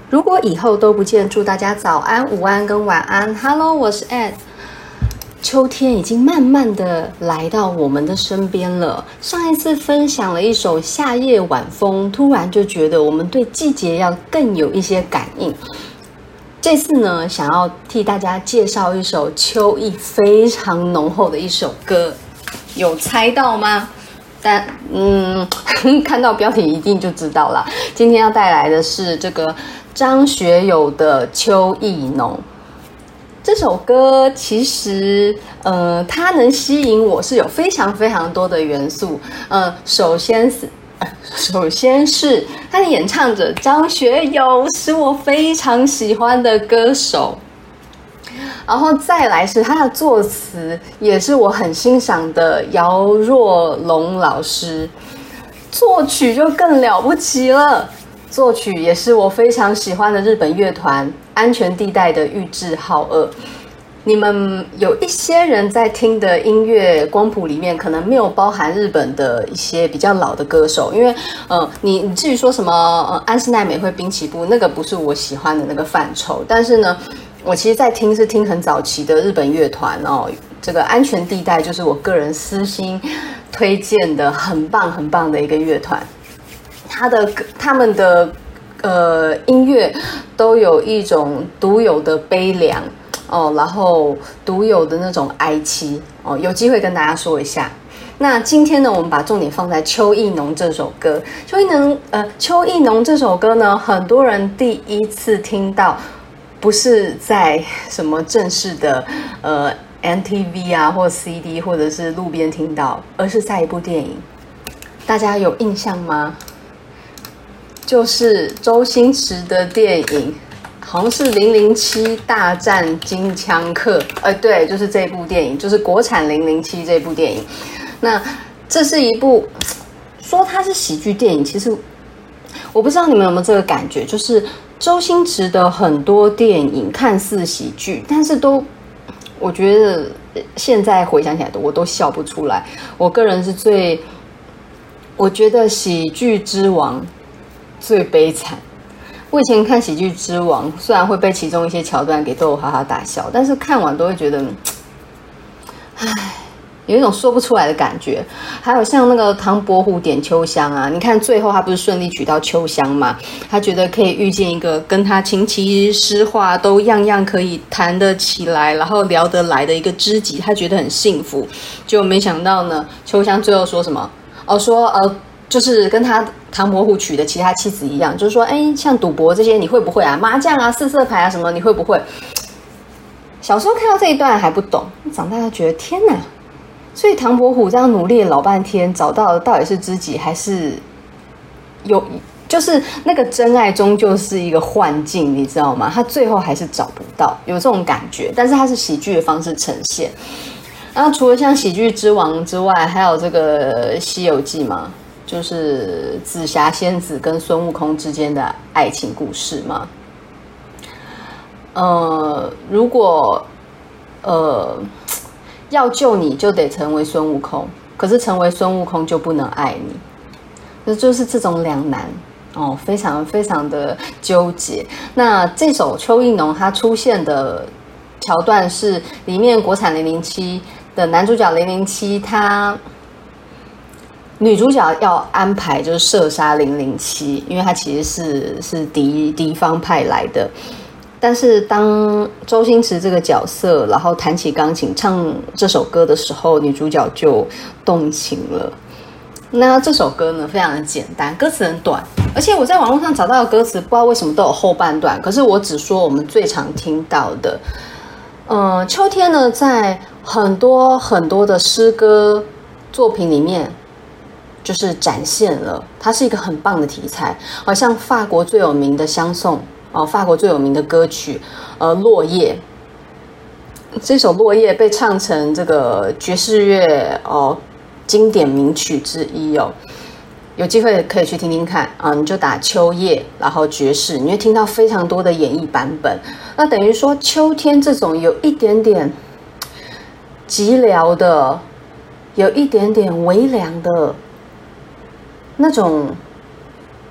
如果以后都不见，祝大家早安、午安跟晚安。Hello， 我是 Ed。秋天已经慢慢的来到我们的身边了。上一次分享了一首《夏夜晚风》，突然就觉得我们对季节要更有一些感应。这次呢，想要替大家介绍一首秋意非常浓厚的一首歌，有猜到吗？但看到标题一定就知道了。今天要带来的是这个张学友的《秋意浓》。这首歌其实它能吸引我是有非常非常多的元素。首先是他的演唱者张学友是我非常喜欢的歌手。然后再来是他的作词，也是我很欣赏的姚若龙老师。作曲就更了不起了，作曲也是我非常喜欢的日本乐团安全地带的玉置浩二。你们有一些人在听的音乐光谱里面可能没有包含日本的一些比较老的歌手，因为你至于说什么安室奈美惠、滨崎步，那个不是我喜欢的那个范畴。但是呢，我其实在听是听很早期的日本乐团哦，这个安全地带就是我个人私心推荐的很棒很棒的一个乐团。他们的音乐都有一种独有的悲凉哦，然后独有的那种哀戚哦，有机会跟大家说一下。那今天呢，我们把重点放在《秋意浓》这首歌。秋意浓这首歌呢，很多人第一次听到，不是在什么正式的MTV 啊，或 CD 或者是路边听到，而是在一部电影。大家有印象吗？就是周星驰的电影，好像是007大战金枪客。对，就是这部电影，就是国产007这部电影。那这是一部说它是喜剧电影，其实我不知道你们有没有这个感觉，就是周星驰的很多电影看似喜剧，但是我觉得现在回想起来我都笑不出来。我个人是我觉得喜剧之王最悲惨。我以前看喜剧之王，虽然会被其中一些桥段给逗我哈哈大笑，但是看完都会觉得有一种说不出来的感觉。还有像那个唐伯虎点秋香啊，你看最后他不是顺利娶到秋香嘛，他觉得可以遇见一个跟他琴棋诗画都样样可以谈得起来，然后聊得来的一个知己，他觉得很幸福。结果没想到呢，秋香最后说什么？就是跟他唐伯虎娶的其他妻子一样，就是说像赌博这些你会不会啊？麻将啊、四色牌啊什么你会不会？小时候看到这一段还不懂，长大就觉得天哪！所以唐伯虎这样努力了老半天，找到的到底是知己还是就是那个真爱终究是一个幻境，你知道吗？他最后还是找不到，有这种感觉。但是他是喜剧的方式呈现。然后除了像喜剧之王之外，还有这个《西游记》嘛，就是紫霞仙子跟孙悟空之间的爱情故事嘛。如果要救你就得成为孙悟空，可是成为孙悟空就不能爱你，就是这种两难哦，非常非常的纠结。那这首《秋意浓》它出现的桥段是里面国产007的男主角007，他女主角要安排就是射杀007，因为他其实是敌方派来的。但是当周星驰这个角色然后弹起钢琴唱这首歌的时候，女主角就动情了。那这首歌呢非常的简单，歌词很短，而且我在网络上找到的歌词不知道为什么都有后半段，可是我只说我们最常听到的。秋天呢在很多很多的诗歌作品里面就是展现了，它是一个很棒的题材。好像法国最有名的香颂法国最有名的歌曲落叶，这首落叶被唱成这个爵士乐经典名曲之一哦。有机会可以去听听看啊，你就打秋叶然后爵士，你会听到非常多的演绎版本。那等于说秋天这种有一点点寂寥的，有一点点微凉的那种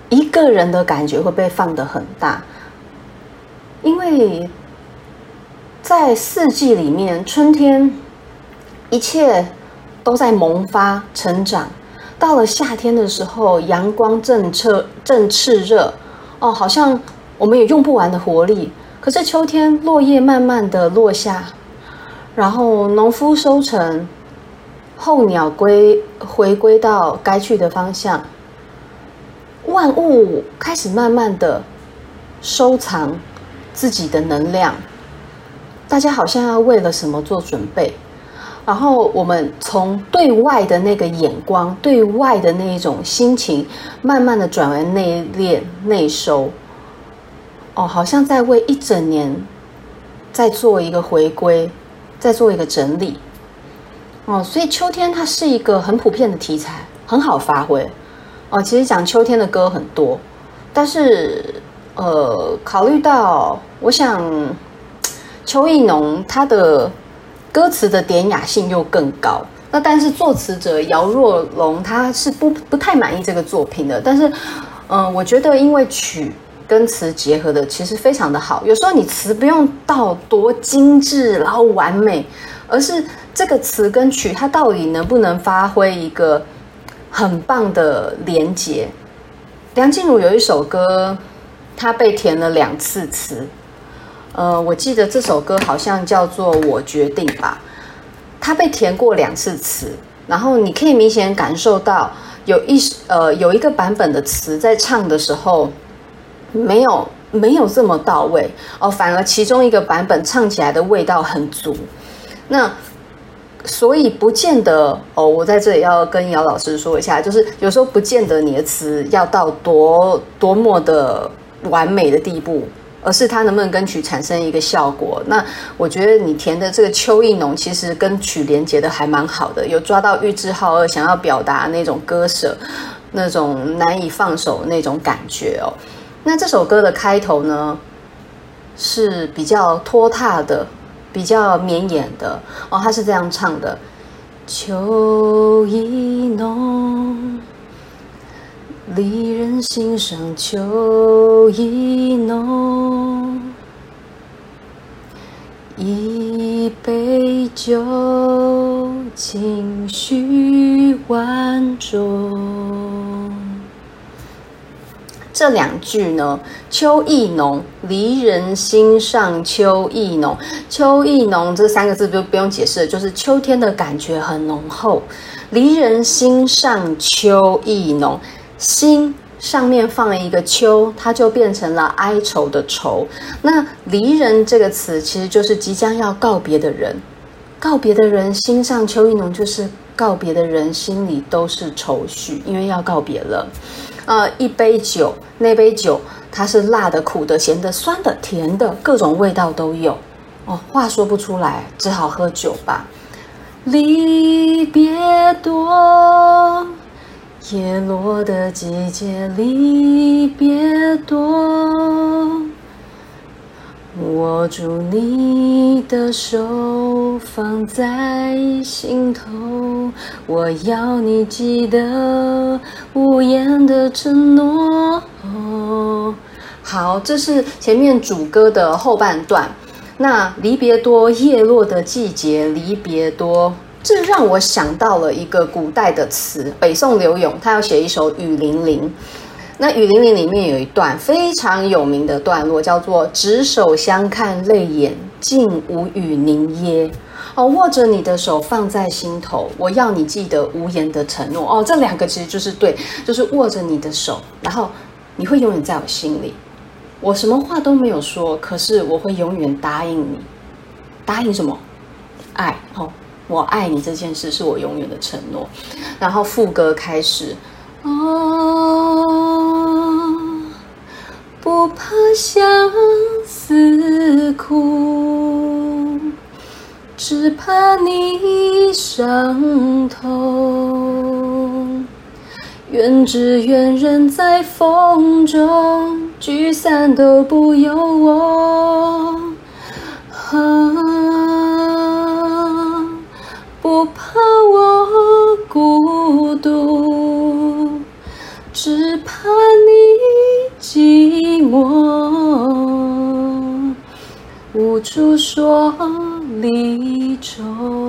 一个人的感觉会被放得很大，因为在四季里面，春天一切都在萌发成长，到了夏天的时候，阳光正炽热，哦，好像我们也用不完的活力。可是秋天落叶慢慢的落下，然后农夫收成，候鸟回归到该去的方向，万物开始慢慢的收藏自己的能量，大家好像要为了什么做准备，然后我们从对外的那个眼光，对外的那一种心情，慢慢的转为内敛内收，哦，好像在为一整年再做一个回归，再做一个整理，哦，所以秋天它是一个很普遍的题材，很好发挥。哦，其实讲秋天的歌很多，但是考虑到我想邱意浓他的歌词的典雅性又更高，那但是作词者姚若龙他是不太满意这个作品的，但是我觉得因为曲跟词结合的其实非常的好，有时候你词不用到多精致然后完美，而是这个词跟曲它到底能不能发挥一个很棒的连结。梁静茹有一首歌，她被填了2次词，我记得这首歌好像叫做《我决定》吧，她被填过2次词，然后你可以明显感受到有一个版本的词在唱的时候没有这么到位哦，反而其中一个版本唱起来的味道很足。那所以不见得哦，我在这里要跟姚老师说一下，就是有时候不见得你的词要到多么的完美的地步，而是它能不能跟曲产生一个效果。那我觉得你填的这个邱意浓其实跟曲连结的还蛮好的，有抓到玉置浩二想要表达那种割舍，那种难以放手那种感觉哦。那这首歌的开头呢是比较拖沓的，比较绵延的哦，他是这样唱的：秋意浓，离人心上秋意浓，一杯酒，情绪万种。这2句呢，秋意浓，离人心上秋意浓。秋意浓这3个字不用解释了，就是秋天的感觉很浓厚。离人心上秋意浓，心上面放了一个秋，它就变成了哀愁的愁。那离人这个词其实就是即将要告别的人，告别的人心上秋意浓，就是告别的人心里都是愁绪，因为要告别了。一杯酒，那杯酒它是辣的、苦的、咸的、酸的、甜的，各种味道都有。哦，话说不出来，只好喝酒吧。离别多，叶落的季节，离别多。握住你的手，放在心头，我要你记得无言的承诺。好，这是前面主歌的后半段。那离别多，叶落的季节，离别多，这让我想到了一个古代的词，北宋刘永他要写一首《雨霖铃》。那《雨霖铃》里面有一段非常有名的段落，叫做执手相看泪眼，竟无语凝噎。哦，握着你的手放在心头，我要你记得无言的承诺。哦，这2个其实就是对，就是握着你的手，然后你会永远在我心里。我什么话都没有说，可是我会永远答应你。答应什么？爱。哦，我爱你这件事是我永远的承诺。然后副歌开始。不怕相思苦，只怕你伤痛。愿只愿人在风中，聚散都不由我。不怕我孤独，只怕你处说离愁。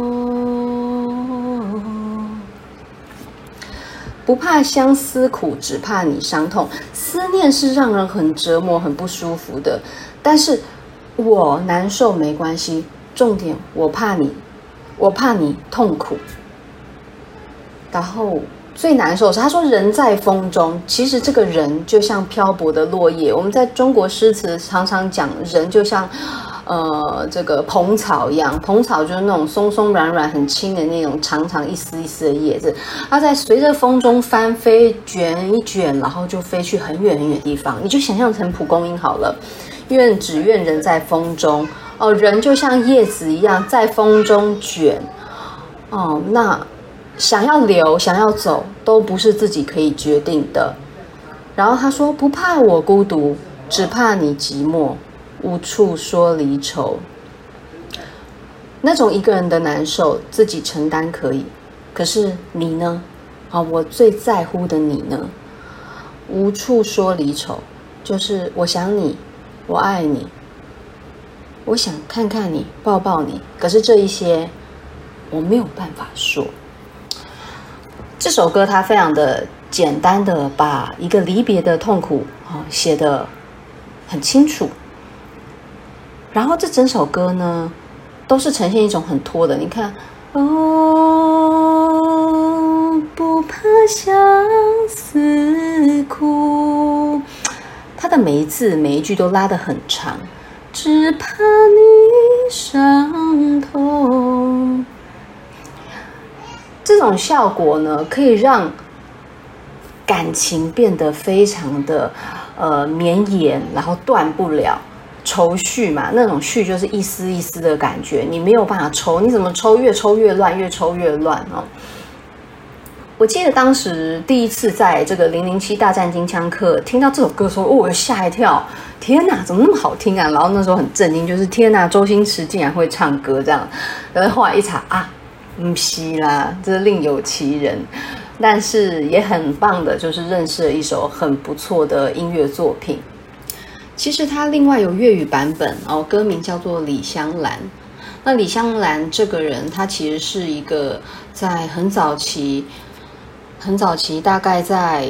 不怕相思苦，只怕你伤痛。思念是让人很折磨、很不舒服的，但是我难受没关系，重点我怕你痛苦。然后最难受的是，他说人在风中，其实这个人就像漂泊的落叶。我们在中国诗词常常讲人就像这个蓬草一样，蓬草就是那种松松软软很轻的那种长长一丝一丝的叶子，它在随着风中翻飞卷一卷，然后就飞去很远很远的地方。你就想象成蒲公英好了，只愿人在风中哦，人就像叶子一样在风中卷哦，那想要留想要走都不是自己可以决定的。然后他说不怕我孤独，只怕你寂寞，无处说离愁。那种一个人的难受自己承担可以，可是你呢？我最在乎的你呢？无处说离愁，就是我想你，我爱你，我想看看你，抱抱你，可是这一些我没有办法说。这首歌它非常的简单的把一个离别的痛苦写得很清楚，然后这整首歌呢都是呈现一种很拖的，你看不怕相思苦，它的每一字每一句都拉得很长，只怕你伤痛。这种效果呢，可以让感情变得非常的绵延，然后断不了。抽绪嘛，那种绪就是一丝一丝的感觉，你没有办法抽，你怎么抽越抽越乱，越抽越乱哦。我记得当时第一次在这个007大战金枪客听到这首歌的时候，我吓一跳，天哪，怎么那么好听啊？然后那时候很震惊，就是天哪，周星驰竟然会唱歌这样。然后后来一查不是啦，这是另有其人。但是也很棒的，就是认识了一首很不错的音乐作品。其实它另外有粤语版本歌名叫做李香兰。那李香兰这个人，他其实是一个在很早期，大概在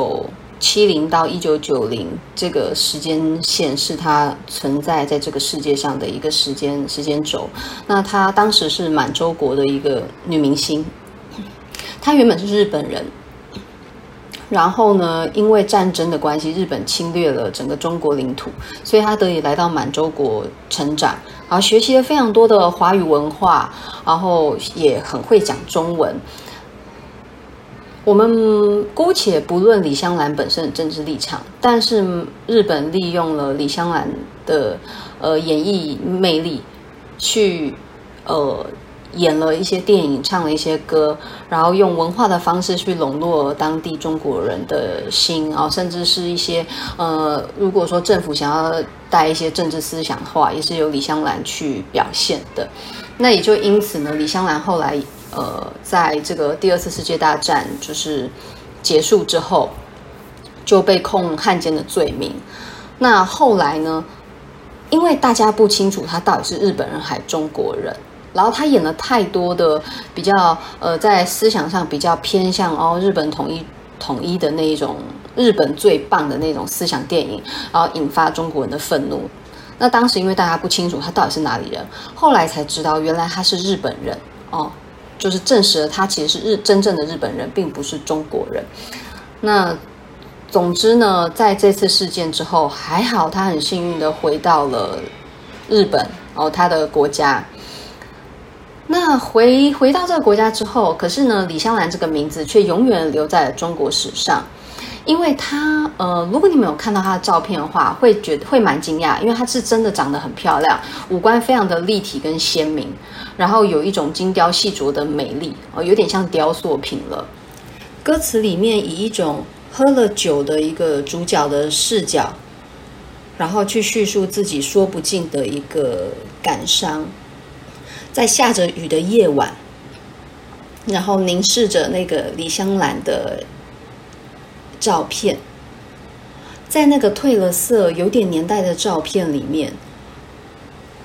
1970到1990这个时间线是他存在在这个世界上的一个时间轴。那他当时是满洲国的一个女明星，她原本是日本人。然后呢，因为战争的关系，日本侵略了整个中国领土，所以他得以来到满洲国成长，然后学习了非常多的华语文化，然后也很会讲中文。我们姑且不论李香兰本身的政治立场，但是日本利用了李香兰的演艺魅力，去演了一些电影，唱了一些歌，然后用文化的方式去笼络当地中国人的心甚至是一些如果说政府想要带一些政治思想的话，也是由李香兰去表现的。那也就因此呢，李香兰后来在这个第二次世界大战就是结束之后，就被控汉奸的罪名。那后来呢，因为大家不清楚他到底是日本人还是中国人，然后他演了太多的比较在思想上比较偏向日本统一的那一种日本最棒的那种思想电影，然后引发中国人的愤怒。那当时因为大家不清楚他到底是哪里人，后来才知道原来他是日本人就是证实了他其实是真正的日本人，并不是中国人。那总之呢，在这次事件之后，还好他很幸运的回到了日本他的国家。那回到这个国家之后，可是呢，李香兰这个名字却永远留在了中国史上。因为她如果你们有看到她的照片的话，会蛮惊讶，因为她是真的长得很漂亮，五官非常的立体跟鲜明，然后有一种精雕细琢的美丽有点像雕塑品了。歌词里面以一种喝了酒的一个主角的视角，然后去叙述自己说不尽的一个感伤。在下着雨的夜晚，然后凝视着那个李香兰的照片，在那个褪了色有点年代的照片里面，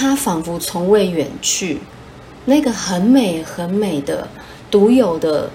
它仿佛从未远去，那个很美很美的独有的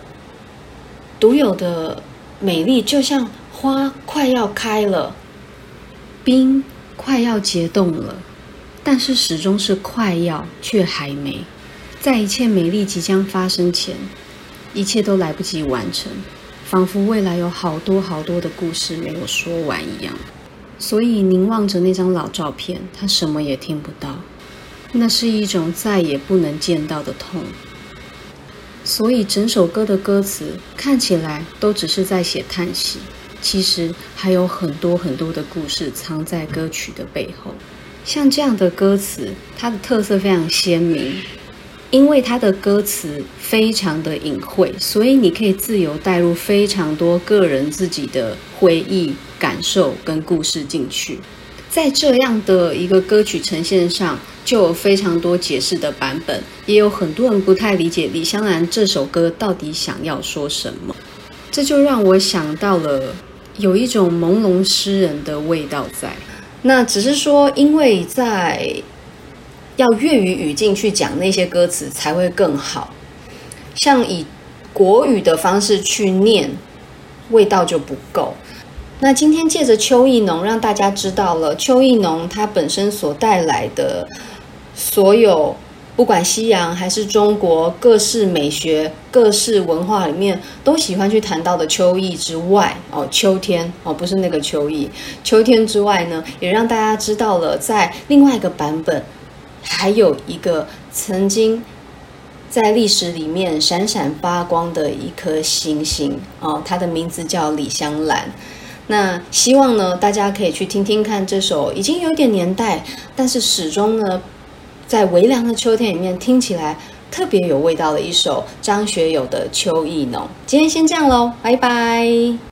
美丽，就像花快要开了，冰快要结冻了，但是始终是快要，却还没。在一切美丽即将发生前，一切都来不及完成，仿佛未来有好多好多的故事没有说完一样。所以凝望着那张老照片，他什么也听不到，那是一种再也不能见到的痛。所以整首歌的歌词看起来都只是在写叹息，其实还有很多很多的故事藏在歌曲的背后。像这样的歌词，它的特色非常鲜明，因为它的歌词非常的隐晦，所以你可以自由带入非常多个人自己的回忆、感受跟故事进去。在这样的一个歌曲呈现上，就有非常多解释的版本，也有很多人不太理解李香兰这首歌到底想要说什么。这就让我想到了有一种朦胧诗人的味道在。那只是说，因为在要粤语语境去讲那些歌词才会更好，像以国语的方式去念，味道就不够。那今天借着邱意浓，让大家知道了邱意浓它本身所带来的所有，不管西洋还是中国各式美学、各式文化里面都喜欢去谈到的秋意之外，秋天不是那个秋意，秋天之外呢，也让大家知道了在另外一个版本，还有一个曾经在历史里面闪闪发光的一颗星星，它的名字叫李香兰。那希望呢，大家可以去听听看这首已经有点年代，但是始终呢，在微凉的秋天里面听起来特别有味道的一首张学友的《邱意浓》。今天先这样咯，拜拜。